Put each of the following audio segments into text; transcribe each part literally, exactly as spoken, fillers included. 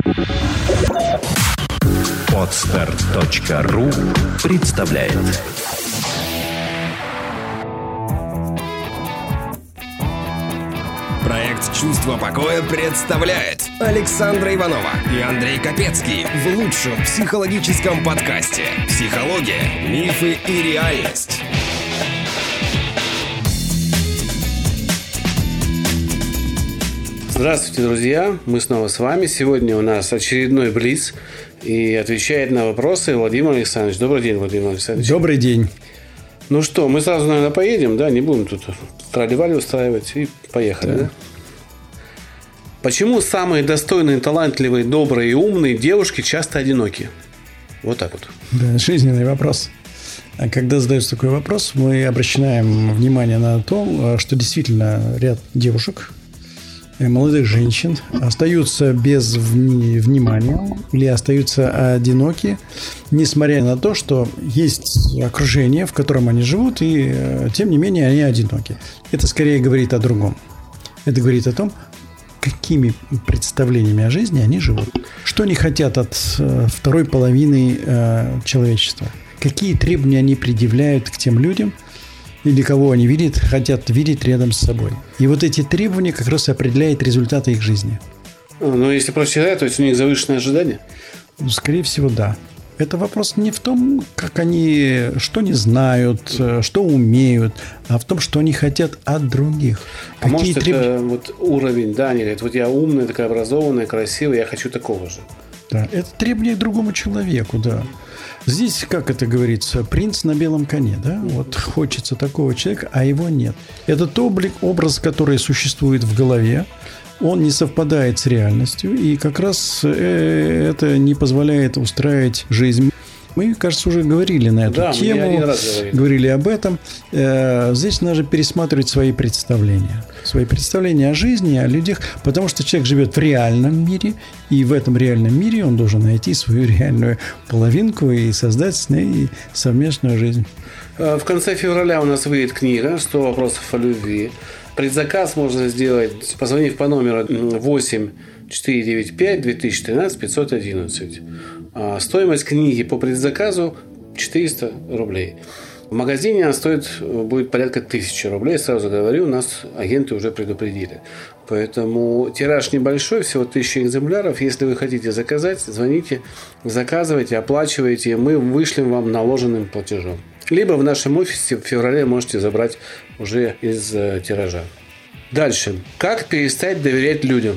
Подстер точка ру представляет. Проект «Чувство покоя» представляет Александра Иванова и Андрей Капецкий в лучшем психологическом подкасте «Психология, мифы и реальность». Здравствуйте, друзья! Мы снова с вами. Сегодня у нас очередной блиц. И отвечает на вопросы Владимир Александрович. Добрый день, Владимир Александрович. Добрый день. Ну что, мы сразу, наверное, поедем, да? Не будем тут трали-вали устраивать. И поехали, да. да? Почему самые достойные, талантливые, добрые и умные девушки часто одиноки? Вот так вот. Да, жизненный вопрос. А когда задается такой вопрос, мы обращаем внимание на то, что действительно ряд девушек, молодых женщин остаются без внимания или остаются одиноки, несмотря на то, что есть окружение, в котором они живут, и тем не менее они одиноки. Это скорее говорит о другом. Это говорит о том, какими представлениями о жизни они живут. Что они хотят от второй половины человечества. Какие требования они предъявляют к тем людям, или кого они видят, хотят видеть рядом с собой. И вот эти требования как раз определяют результаты их жизни. Ну, если проще говоря, то есть у них завышенные ожидания? Ну, скорее всего, да. Это вопрос не в том, как они, что не знают, что умеют, а в том, что они хотят от других. А Какие может, треб... это вот уровень, да, они говорят, вот я умная, такая образованная, красивая, я хочу такого же. Да, это требование к другому человеку, да. Здесь, как это говорится, принц на белом коне, да? Вот хочется такого человека, а его нет. Этот облик, образ, который существует в голове, он не совпадает с реальностью, и как раз это не позволяет устраивать жизнь. Мы, кажется, уже говорили на эту да, тему, говорили. говорили об этом. Здесь надо пересматривать свои представления. Свои представления о жизни, о людях, потому что человек живет в реальном мире, и в этом реальном мире он должен найти свою реальную половинку и создать с ней совместную жизнь. В конце февраля у нас выйдет книга «сто вопросов о любви». Предзаказ можно сделать, позвонив по номеру восемь четыре девять пять две тысячи тринадцать пятьсот одиннадцать. Стоимость книги по предзаказу четыреста рублей. В магазине она стоит, будет порядка тысячи рублей. Сразу говорю, нас агенты уже предупредили. Поэтому тираж небольшой, всего тысяча экземпляров. Если вы хотите заказать, звоните, заказывайте, оплачивайте. Мы вышлем вам наложенным платежом. Либо в нашем офисе в феврале можете забрать уже из э, тиража. Дальше. Как перестать доверять людям?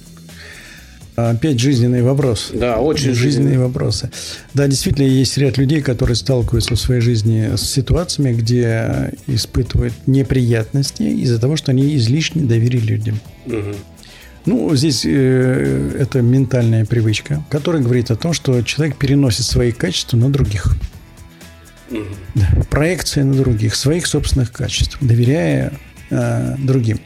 Опять жизненный вопрос. Да, очень жизненные жизненный. вопросы. Да, действительно, есть ряд людей, которые сталкиваются в своей жизни с ситуациями, где испытывают неприятности из-за того, что они излишне доверили людям. Угу. Ну, здесь э, это ментальная привычка, которая говорит о том, что человек переносит свои качества на других. Угу. Да, проекция на других, своих собственных качеств, доверяя э, другим.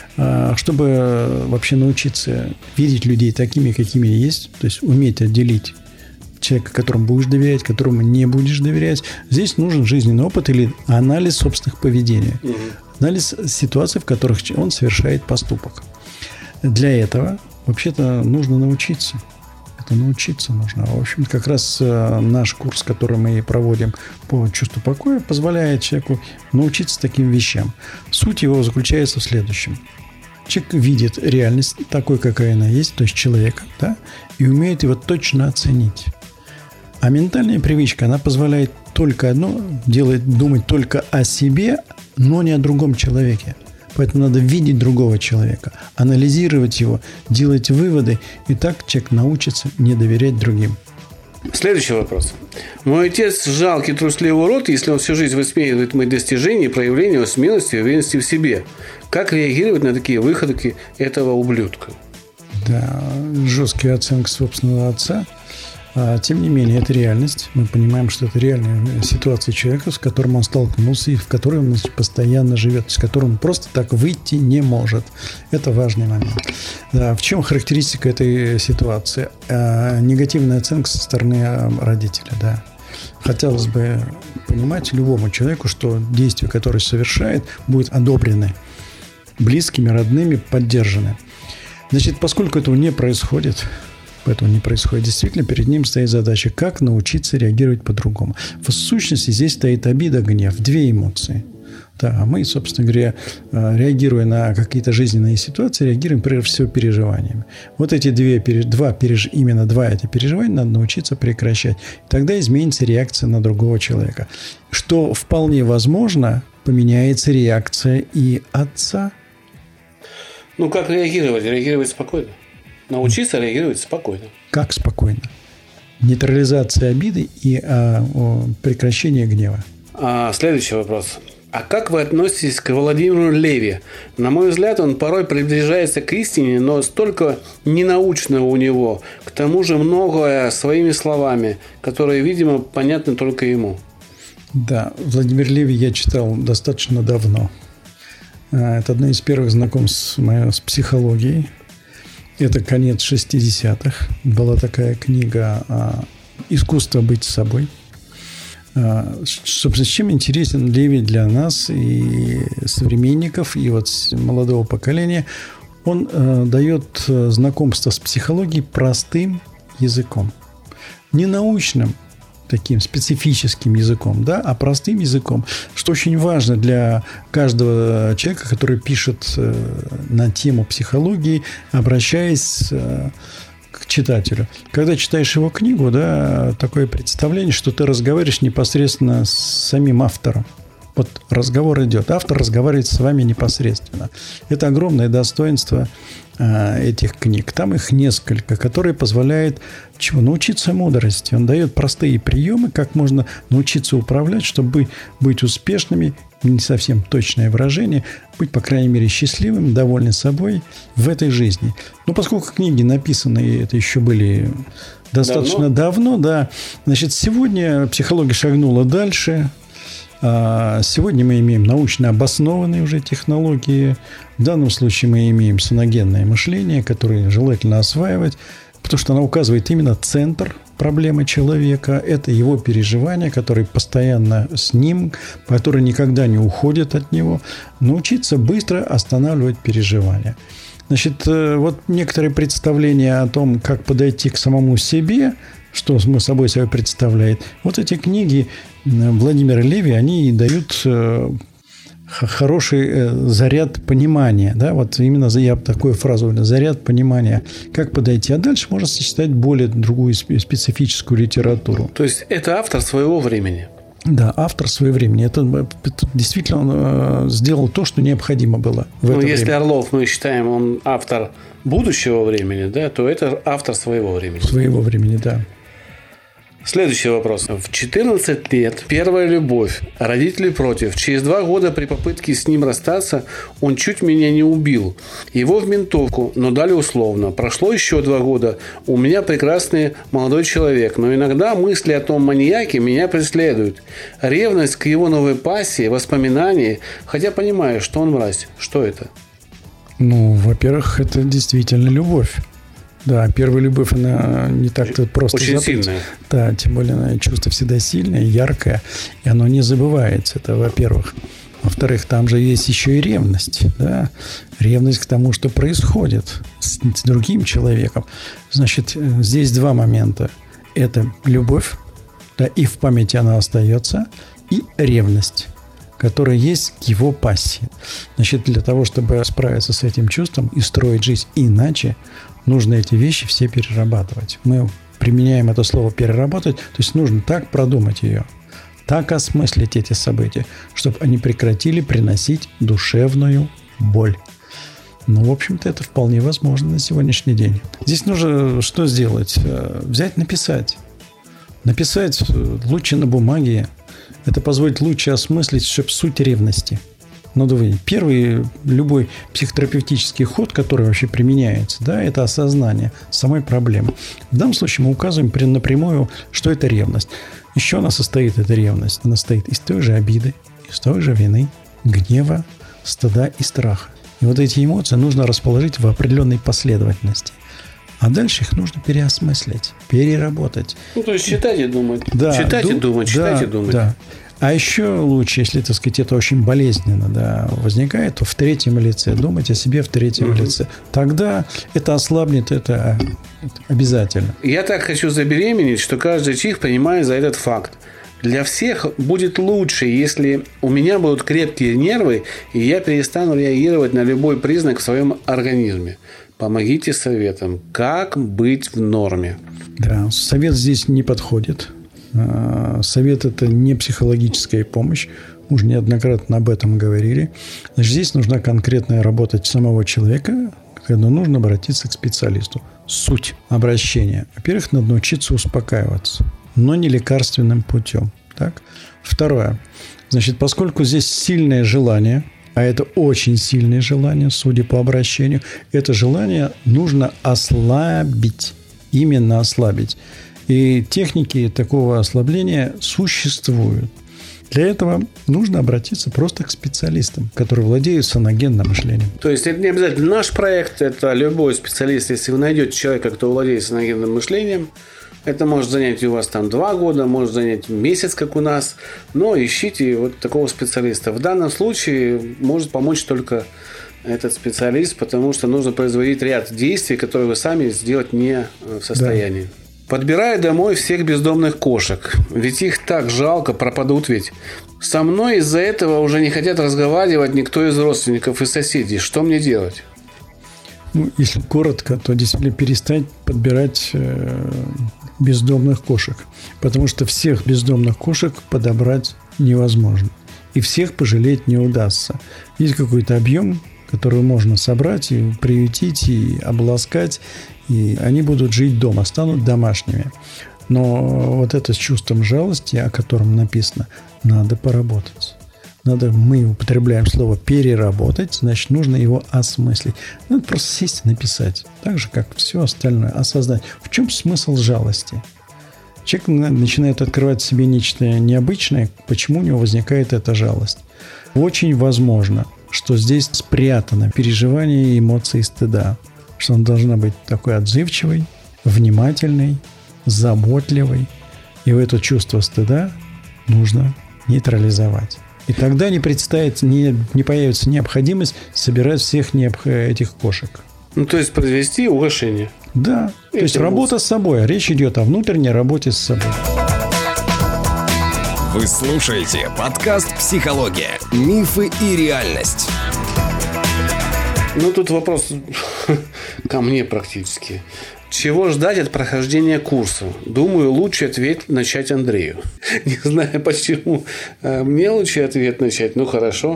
Чтобы вообще научиться видеть людей такими, какими есть, то есть уметь отделить человека, которому будешь доверять, которому не будешь доверять, здесь нужен жизненный опыт или анализ собственных поведений, угу. анализ ситуаций, в которых он совершает поступок. Для этого вообще-то нужно научиться. Это научиться нужно. В общем, как раз наш курс, который мы проводим по чувству покоя, позволяет человеку научиться таким вещам. Суть его заключается в следующем. Человек видит реальность такой, какая она есть, то есть человека, да, и умеет его точно оценить. А ментальная привычка, она позволяет только одно, делает, думать только о себе, но не о другом человеке. Поэтому надо видеть другого человека, анализировать его, делать выводы, и так человек научится не доверять другим. Следующий вопрос. Мой отец жалкий, трусливый урод, если он всю жизнь высмеивает мои достижения, проявления смелости и уверенности в себе. Как реагировать на такие выходки этого ублюдка? Да, жесткая оценка собственного отца. А, тем не менее, это реальность. Мы понимаем, что это реальная ситуация человека, с которым он столкнулся и в которой он постоянно живет, с которым он просто так выйти не может. Это важный момент. Да, в чем характеристика этой ситуации? А, негативная оценка со стороны родителя. Да. Хотелось бы понимать любому человеку, что действие, которое совершает, будет одобрено близкими, родными, поддержаны. Значит, поскольку этого не происходит, поэтому не происходит. Действительно, перед ним стоит задача, как научиться реагировать по-другому. В сущности, здесь стоит обида, гнев, две эмоции. Да, а мы, собственно говоря, реагируя на какие-то жизненные ситуации, реагируем прежде всего переживаниями. Вот эти две, два, именно два эти переживания надо научиться прекращать. Тогда изменится реакция на другого человека. Что вполне возможно, поменяется реакция и отца. Ну, как реагировать? Реагировать спокойно. Научиться реагировать спокойно. Как спокойно? Нейтрализация обиды и а, о, прекращение гнева. А, следующий вопрос. А как вы относитесь к Владимиру Леви? На мой взгляд, он порой приближается к истине, но столько ненаучного у него. К тому же многое своими словами, которые, видимо, понятны только ему. Да, Владимир Леви я читал достаточно давно. Это одно из первых знакомств с психологией. Это конец шестидесятых. Была такая книга «Искусство быть собой». Собственно, чем интересен Леви для нас и современников, и вот молодого поколения? Он э, дает знакомство с психологией простым языком. Не научным, таким специфическим языком, да, а простым языком, что очень важно для каждого человека, который пишет э, на тему психологии, обращаясь э, к читателю. Когда читаешь его книгу, да, такое представление, что ты разговариваешь непосредственно с самим автором. Вот разговор идет. Автор разговаривает с вами непосредственно. Это огромное достоинство э, этих книг. Там их несколько, которые позволяют чего? Научиться мудрости. Он дает простые приемы, как можно научиться управлять, чтобы быть успешными. Не совсем точное выражение. Быть, по крайней мере, счастливым, довольным собой в этой жизни. Но поскольку книги написаны, и это еще были достаточно давно, давно да, значит, сегодня психология шагнула дальше. Сегодня мы имеем научно обоснованные уже технологии. В данном случае мы имеем соногенное мышление, которое желательно осваивать, потому что она указывает именно центр проблемы человека. Это его переживания, которые постоянно с ним, которые никогда не уходят от него. Научиться быстро останавливать переживания. Значит, вот некоторые представления о том, как подойти к самому себе, что мы собой себя представляет. Вот эти книги Владимира Леви, они дают хороший заряд понимания. Да? Вот именно я такую фразу, заряд понимания, как подойти. А дальше можно сочетать более другую специфическую литературу. То есть, это автор своего времени. Да, автор своего времени. Это, это действительно он сделал то, что необходимо было в это Ну, если время. Орлов мы считаем, он автор будущего времени, да, то это автор своего времени. Своего времени, да. Следующий вопрос. В четырнадцать лет первая любовь. Родители против. Через два года при попытке с ним расстаться он чуть меня не убил. Его в ментовку, но дали условно. Прошло еще два года. У меня прекрасный молодой человек, но иногда мысли о том маньяке меня преследуют. Ревность к его новой пассии, воспоминания. Хотя понимаю, что он мразь. Что это? Ну, во-первых, это действительно любовь. Да, первая любовь, она не так-то просто очень забыть. сильная. Да, тем более она чувство всегда сильное, яркое, и оно не забывается. Это, во-первых. Во-вторых, там же есть еще и ревность. Да? Ревность к тому, что происходит с, с другим человеком. Значит, здесь два момента. Это любовь, да, и в памяти она остается, и ревность, которая есть к его пассии. Значит, для того, чтобы справиться с этим чувством и строить жизнь иначе, нужно эти вещи все перерабатывать. Мы применяем это слово «переработать», то есть нужно так продумать ее, так осмыслить эти события, чтобы они прекратили приносить душевную боль. Ну, в общем-то, это вполне возможно на сегодняшний день. Здесь нужно что сделать? Взять, написать. Написать лучше на бумаге. Это позволит лучше осмыслить, чтобы суть ревности. Ну, давай, первый любой психотерапевтический ход, который вообще применяется, да, это осознание самой проблемы. В данном случае мы указываем напрямую, что это ревность. Еще она состоит, эта ревность, она состоит из той же обиды, из той же вины, гнева, стыда и страха. И вот эти эмоции нужно расположить в определенной последовательности. А дальше их нужно переосмыслить, переработать. Ну, то есть читать и думать. Да, читать ду- и думать, читать да, и думать. Да. А еще лучше, если, так сказать, это очень болезненно, да, возникает, то в третьем лице. Думать о себе в третьем угу. лице. Тогда это ослабнет, это, это обязательно. Я так хочу забеременеть, что каждый чих принимает за этот факт. Для всех будет лучше, если у меня будут крепкие нервы, и я перестану реагировать на любой признак в своем организме. Помогите советом, как быть в норме. Да, совет здесь не подходит. Совет – это не психологическая помощь. Мы уже неоднократно об этом говорили. Значит, здесь нужна конкретная работа самого человека, когда нужно обратиться к специалисту. Суть обращения. Во-первых, надо научиться успокаиваться, но не лекарственным путем. Так? Второе. Значит, поскольку здесь сильное желание, а это очень сильное желание, судя по обращению, это желание нужно ослабить. Именно ослабить. И техники такого ослабления существуют. Для этого нужно обратиться просто к специалистам, которые владеют саногенным мышлением. То есть это не обязательно наш проект, это любой специалист. Если вы найдете человека, кто владеет саногенным мышлением, это может занять у вас там два года, может занять месяц, как у нас. Но ищите вот такого специалиста. В данном случае может помочь только этот специалист, потому что нужно производить ряд действий, которые вы сами сделать не в состоянии. Да. Подбираю домой всех бездомных кошек. Ведь их так жалко, пропадут ведь. Со мной из-за этого уже не хотят разговаривать никто из родственников и соседей. Что мне делать? Ну, если коротко, то действительно перестать подбирать э, бездомных кошек. Потому что всех бездомных кошек подобрать невозможно. И всех пожалеть не удастся. Есть какой-то объем, который можно собрать и приютить, и обласкать. И они будут жить дома, станут домашними. Но вот это с чувством жалости, о котором написано, надо поработать. Надо, мы употребляем слово «переработать», значит, нужно его осмыслить. Надо просто сесть и написать. Так же, как все остальное. Осознать. В чем смысл жалости? Человек начинает открывать в себе нечто необычное. Почему у него возникает эта жалость? Очень возможно, что здесь спрятано переживание и эмоции стыда. Что она должна быть такой отзывчивой, внимательной, заботливой. И в это чувство стыда нужно нейтрализовать. И тогда не предстоит, не, не появится необходимость собирать всех необх... этих кошек. Ну, то есть произвести угошение. Да. Это то есть работа с собой. Речь идет о внутренней работе с собой. Вы слушаете подкаст «Психология. Мифы и реальность». Ну, тут вопрос ко мне практически. Чего ждать от прохождения курса? Думаю, лучший ответ начать Андрею. Не знаю почему. Мне лучший ответ начать. Ну, хорошо.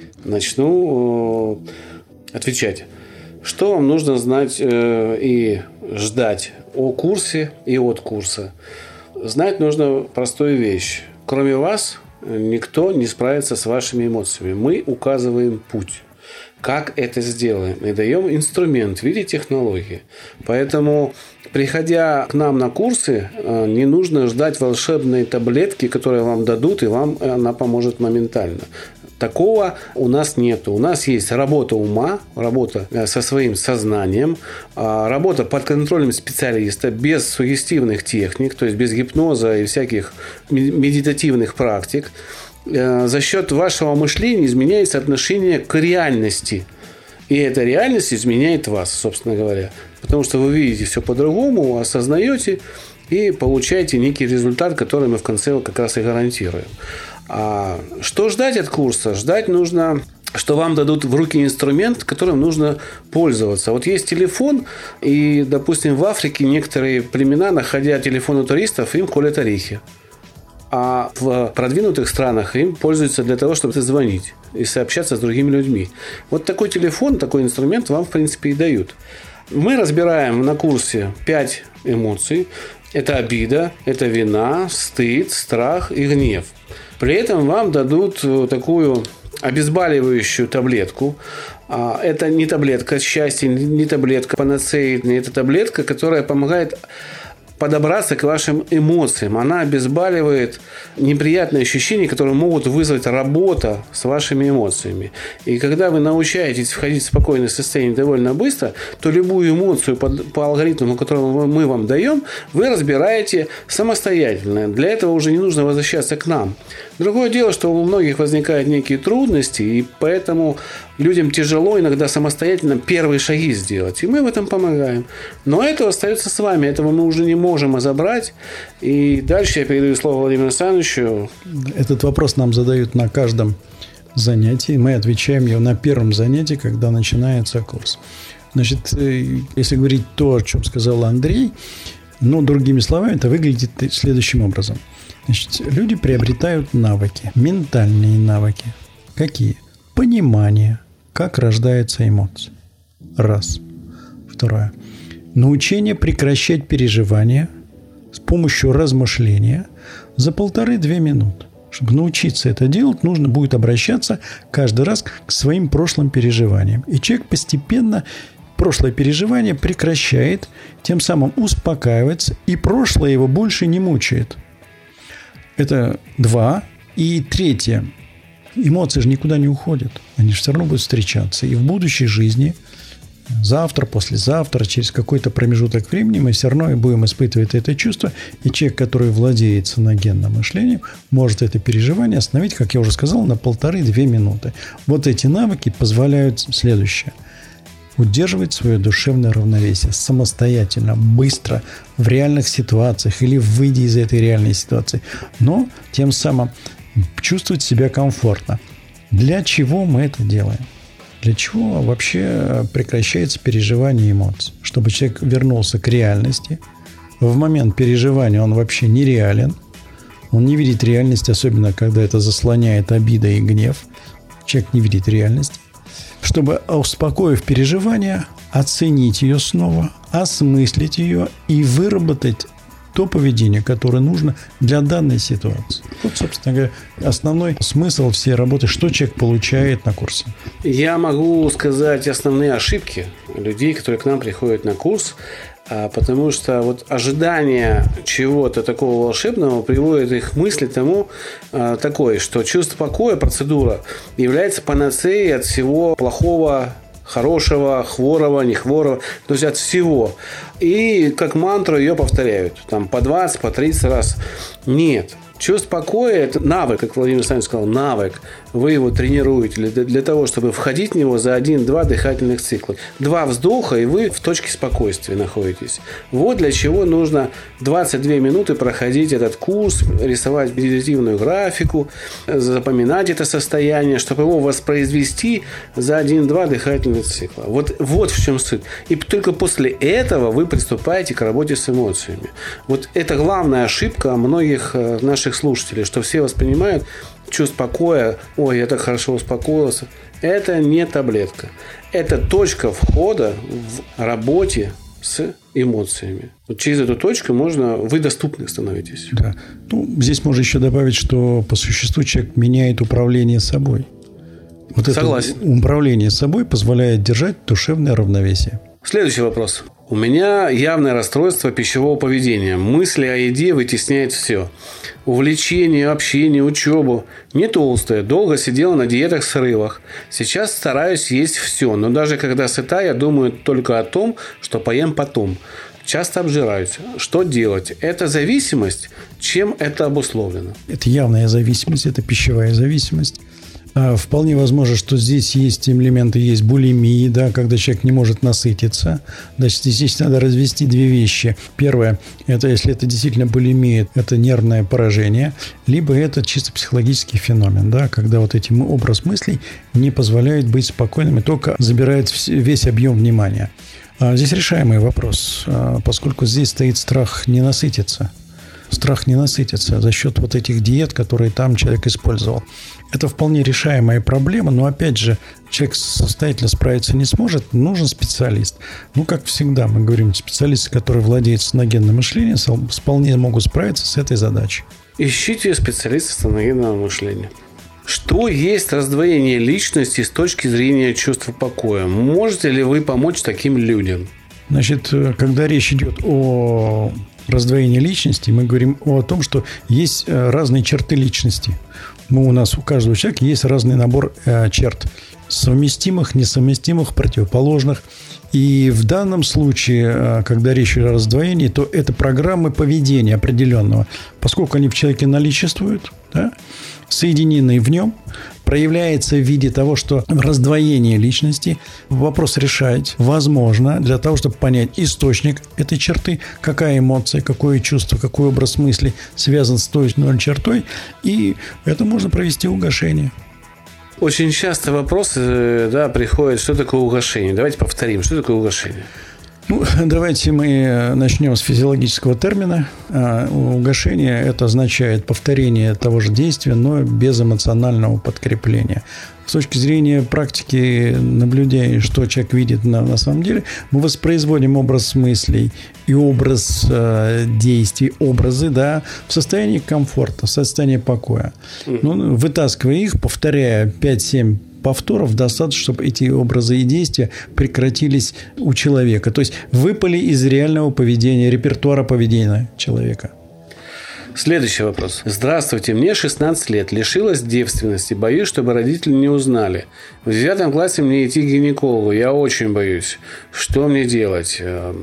Начну отвечать. Что вам нужно знать и ждать о курсе и от курса? Знать нужно простую вещь. Кроме вас, никто не справится с вашими эмоциями. Мы указываем путь. Как это сделаем? И даем инструмент в виде технологии. Поэтому, приходя к нам на курсы, не нужно ждать волшебной таблетки, которые вам дадут, и вам она поможет моментально. Такого у нас нет. У нас есть работа ума, работа со своим сознанием, работа под контролем специалиста, без суггестивных техник, то есть без гипноза и всяких медитативных практик. За счет вашего мышления изменяется отношение к реальности. И эта реальность изменяет вас, собственно говоря. Потому что вы видите все по-другому, осознаете и получаете некий результат, который мы в конце как раз и гарантируем. А что ждать от курса? Ждать нужно, что вам дадут в руки инструмент, которым нужно пользоваться. Вот есть телефон, и, допустим, в Африке некоторые племена, находя телефон у туристов, им колят орехи. А в продвинутых странах им пользуются для того, чтобы звонить и сообщаться с другими людьми. Вот такой телефон, такой инструмент вам, в принципе, и дают. Мы разбираем на курсе пять эмоций. Это обида, это вина, стыд, страх и гнев. При этом вам дадут такую обезболивающую таблетку. Это не таблетка счастья, не таблетка панацеи, это таблетка, которая помогает подобраться к вашим эмоциям. Она обезболивает неприятные ощущения, которые могут вызвать работа с вашими эмоциями. И когда вы научаетесь входить в спокойное состояние довольно быстро, то любую эмоцию по, по алгоритму, который мы вам даем, вы разбираете самостоятельно. Для этого уже не нужно возвращаться к нам. Другое дело, что у многих возникают некие трудности, и поэтому людям тяжело иногда самостоятельно первые шаги сделать. И мы в этом помогаем. Но это остается с вами. Этого мы уже не можем забрать. И дальше я передаю слово Владимиру Александровичу. Этот вопрос нам задают на каждом занятии. Мы отвечаем ее на первом занятии, когда начинается курс. Значит, если говорить то, о чем сказал Андрей, но другими словами, это выглядит следующим образом. Значит, люди приобретают навыки, ментальные навыки. Какие? Понимание, как рождается эмоция. Раз. Второе. Научение прекращать переживания с помощью размышления за полторы-две минуты. Чтобы научиться это делать, нужно будет обращаться каждый раз к своим прошлым переживаниям. И человек постепенно прошлое переживание прекращает, тем самым успокаивается, и прошлое его больше не мучает. Это два. И третье. Эмоции же никуда не уходят. Они же все равно будут встречаться. И в будущей жизни, завтра, послезавтра, через какой-то промежуток времени мы все равно будем испытывать это чувство. И человек, который владеет саногенным мышлением, может это переживание остановить, как я уже сказал, на полторы-две минуты. Вот эти навыки позволяют следующее. Удерживать свое душевное равновесие самостоятельно, быстро, в реальных ситуациях или выйдя из этой реальной ситуации. Но тем самым чувствовать себя комфортно. Для чего мы это делаем? Для чего вообще прекращается переживание эмоций? Чтобы человек вернулся к реальности. В момент переживания он вообще нереален. Он не видит реальности, особенно когда это заслоняет обида и гнев. Человек не видит реальности. Чтобы, успокоив переживания, оценить ее снова, осмыслить ее и выработать то поведение, которое нужно для данной ситуации. Вот, собственно говоря, основной смысл всей работы, что человек получает на курсе. Я могу сказать основные ошибки людей, которые к нам приходят на курс, потому что вот ожидание чего-то такого волшебного приводит их к мысли тому такой, что чувство покоя, процедура, является панацеей от всего плохого, хорошего, хворого, нехворого, то есть от всего. И как мантру ее повторяют. Там по двадцать, по тридцать раз. Нет. Чувство покоя – это навык, как Владимир Александрович сказал, навык. Вы его тренируете для, для того, чтобы входить в него за один-два дыхательных цикла. Два вздоха, и вы в точке спокойствия находитесь. Вот для чего нужно двадцать две минуты проходить этот курс, рисовать медитативную графику, запоминать это состояние, чтобы его воспроизвести за один-два дыхательных цикла. Вот, вот в чем суть. И только после этого вы приступаете к работе с эмоциями. Вот это главная ошибка многих наших слушателей, что все воспринимают чувство покоя, ой, я так хорошо успокоился. Это не таблетка. Это точка входа в работе с эмоциями. Вот через эту точку можно, вы доступны становитесь. Да. Ну, здесь можно еще добавить, что по существу человек меняет управление собой. Вот Согласен. Это управление собой позволяет держать душевное равновесие. Следующий вопрос. У меня явное расстройство пищевого поведения. Мысли о еде вытесняют все. Увлечение, общение, учебу. Не толстая, долго сидела на диетах-срывах. Сейчас стараюсь есть все, но даже когда сыта, я думаю только о том, что поем потом. Часто обжираюсь. Что делать? Это зависимость? Чем это обусловлено? Это явная зависимость, это пищевая зависимость. Вполне возможно, что здесь есть элементы, есть булимии, да, когда человек не может насытиться. Значит, здесь надо развести две вещи. Первое, это если это действительно булимия, это нервное поражение, либо это чисто психологический феномен, да, когда вот этим образ мыслей не позволяет быть спокойным и только забирает весь объем внимания. Здесь решаемый вопрос, поскольку здесь стоит страх не насытиться. Страх не насытиться за счет вот этих диет, которые там человек использовал. Это вполне решаемая проблема, но, опять же, человек самостоятельно справиться не сможет, нужен специалист. Ну, как всегда, мы говорим, специалисты, которые владеют саногенным мышлением, вполне могут справиться с этой задачей. Ищите специалиста саногенного мышления. Что есть раздвоение личности с точки зрения чувства покоя? Можете ли вы помочь таким людям? Значит, когда речь идет о раздвоения личности, мы говорим о том, что есть разные черты личности. Мы, у нас у каждого человека есть разный набор э, черт. Совместимых, несовместимых, противоположных. И в данном случае, э, когда речь идет о раздвоении, то это программы поведения определенного. Поскольку они в человеке наличествуют, да, соединенные в нем, проявляется в виде того, что раздвоение личности, вопрос решать возможно для того, чтобы понять источник этой черты, какая эмоция, какое чувство, какой образ мысли связан с той или иной чертой, и это можно провести угошение. Очень часто вопросы, да, приходят, что такое угошение. Давайте повторим, что такое угошение. Ну, давайте мы начнем с физиологического термина. Угошение – это означает повторение того же действия, но без эмоционального подкрепления. С точки зрения практики наблюдения, что человек видит на, на самом деле, мы воспроизводим образ мыслей и образ э, действий, образы, да, в состоянии комфорта, в состоянии покоя. Ну, вытаскивая их, повторяя пять-семь повторов, достаточно, чтобы эти образы и действия прекратились у человека. То есть выпали из реального поведения, репертуара поведения человека. Следующий вопрос. Здравствуйте, мне шестнадцать лет, лишилась девственности, боюсь, чтобы родители не узнали. В девятом классе мне идти к гинекологу, я очень боюсь. Что мне делать?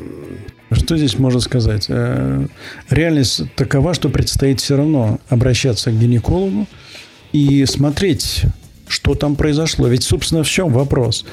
Что здесь можно сказать? Реальность такова, что предстоит все равно обращаться к гинекологу и смотреть, что там произошло. Ведь, собственно, в чем вопрос?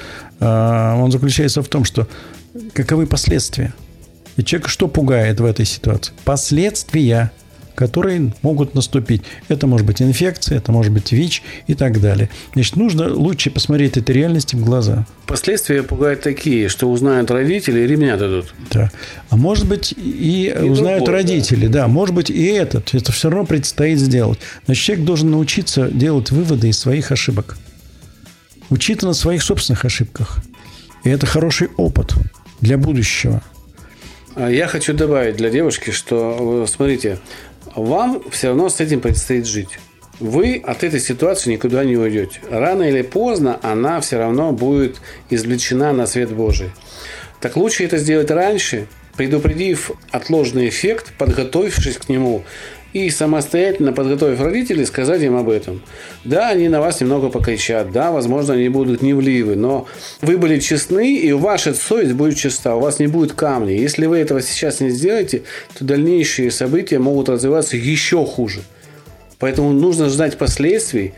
Он заключается в том, что каковы последствия. И человека что пугает в этой ситуации? Последствия, которые могут наступить. Это может быть инфекция, это может быть ВИЧ и так далее. Значит, нужно лучше посмотреть этой реальности в глаза. Последствия пугают такие, что узнают родители и ремня дадут. Да. А может быть и, и узнают другой, родители. Да. да, может быть и этот. Это все равно предстоит сделать. Значит, человек должен научиться делать выводы из своих ошибок. Учиться на своих собственных ошибках. И это хороший опыт для будущего. Я хочу добавить для девушки, что, смотрите, вам все равно с этим предстоит жить. Вы от этой ситуации никуда не уйдете. Рано или поздно она все равно будет извлечена на свет Божий. Так лучше это сделать раньше, предупредив отложенный эффект, подготовившись к нему и самостоятельно подготовив родителей, сказать им об этом. Да, они на вас немного покричат, да, возможно, они будут гневливы, но вы были честны, и ваша совесть будет чиста, у вас не будет камней. Если вы этого сейчас не сделаете, то дальнейшие события могут развиваться еще хуже. Поэтому нужно ждать последствий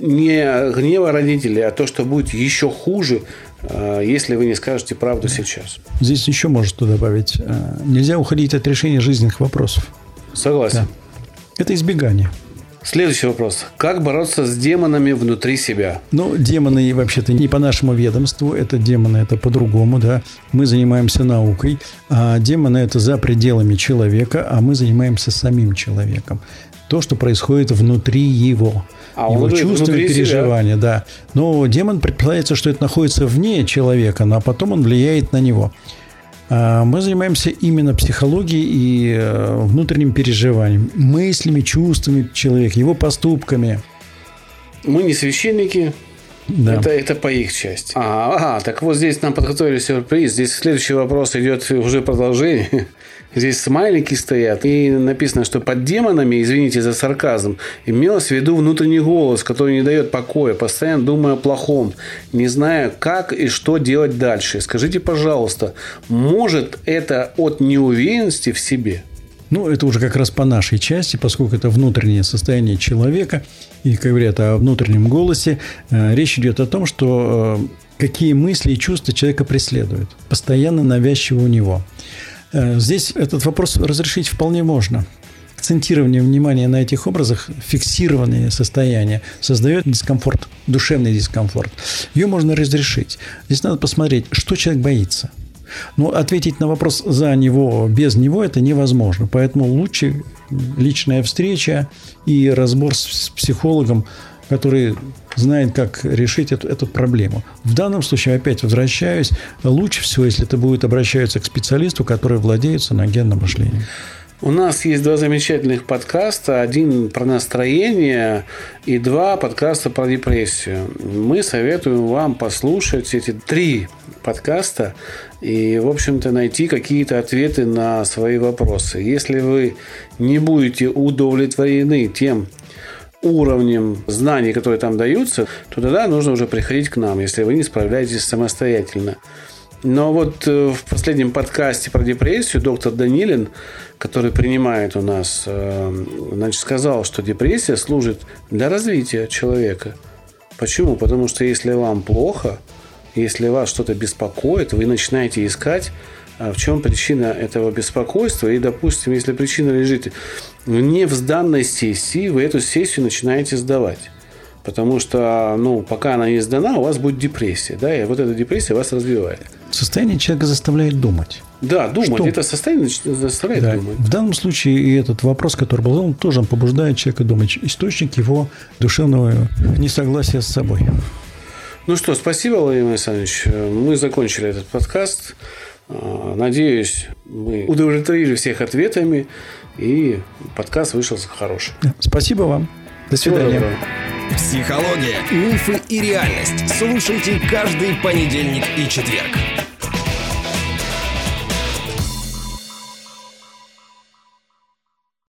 не гнева родителей, а то, что будет еще хуже, если вы не скажете правду сейчас. Здесь еще можно что добавить. Нельзя уходить от решения жизненных вопросов. Согласен. Да. Это избегание. Следующий вопрос. Как бороться с демонами внутри себя? Ну, демоны вообще-то не по нашему ведомству. Это демоны, это по-другому, да. Мы занимаемся наукой. А демоны – это за пределами человека, а мы занимаемся самим человеком. То, что происходит внутри его. А его чувства и переживания, себя. Да. Но демон предполагается, что это находится вне человека, но потом он влияет на него. Мы занимаемся именно психологией и внутренним переживанием, мыслями, чувствами человека, его поступками. Мы не священники, да. это, это по их части. Ага, ага, так вот здесь нам подготовили сюрприз. Здесь следующий вопрос идет уже продолжение. Здесь смайлики стоят, и написано, что под демонами, извините за сарказм, имелось в виду внутренний голос, который не дает покоя, постоянно думая о плохом, не зная, как и что делать дальше. Скажите, пожалуйста, может это от неуверенности в себе? Ну, это уже как раз по нашей части, поскольку это внутреннее состояние человека, и, как говорят о внутреннем голосе, речь идет о том, что какие мысли и чувства человека преследуют, постоянно навязчивы у него. Здесь этот вопрос разрешить вполне можно. Акцентирование внимания на этих образах, фиксированное состояние, создает дискомфорт, душевный дискомфорт. Ее можно разрешить. Здесь надо посмотреть, что человек боится. Но ответить на вопрос за него, без него это невозможно. Поэтому лучше личная встреча и разбор с психологом, который знает, как решить эту, эту проблему. В данном случае, опять возвращаюсь, лучше всего, если это будет обращаться к специалисту, который владеет саногенным мышлением. У нас есть два замечательных подкаста. Один про настроение и два подкаста про депрессию. Мы советуем вам послушать эти три подкаста и, в общем-то, найти какие-то ответы на свои вопросы. Если вы не будете удовлетворены тем уровнем знаний, которые там даются, то тогда нужно уже приходить к нам, если вы не справляетесь самостоятельно. Но вот в последнем подкасте про депрессию доктор Данилин, который принимает у нас, значит, сказал, что депрессия служит для развития человека. Почему? Потому что если вам плохо, если вас что-то беспокоит, вы начинаете искать, в чем причина этого беспокойства. И, допустим, если причина лежит не в данной сессии, вы эту сессию начинаете сдавать. Потому что, ну, пока она не сдана, у вас будет депрессия, да, и вот эта депрессия вас развивает. Состояние человека заставляет думать. Да, думать. Что? Это состояние заставляет Да. думать. В данном случае и этот вопрос, который был задан, тоже побуждает человека думать. Источник его душевного несогласия с собой. Ну что, спасибо, Владимир Александрович. Мы закончили этот подкаст. Надеюсь, мы удовлетворили всех ответами, и подкаст вышел хороший. Спасибо вам. До свидания. Психология, мифы и реальность. Слушайте каждый понедельник и четверг.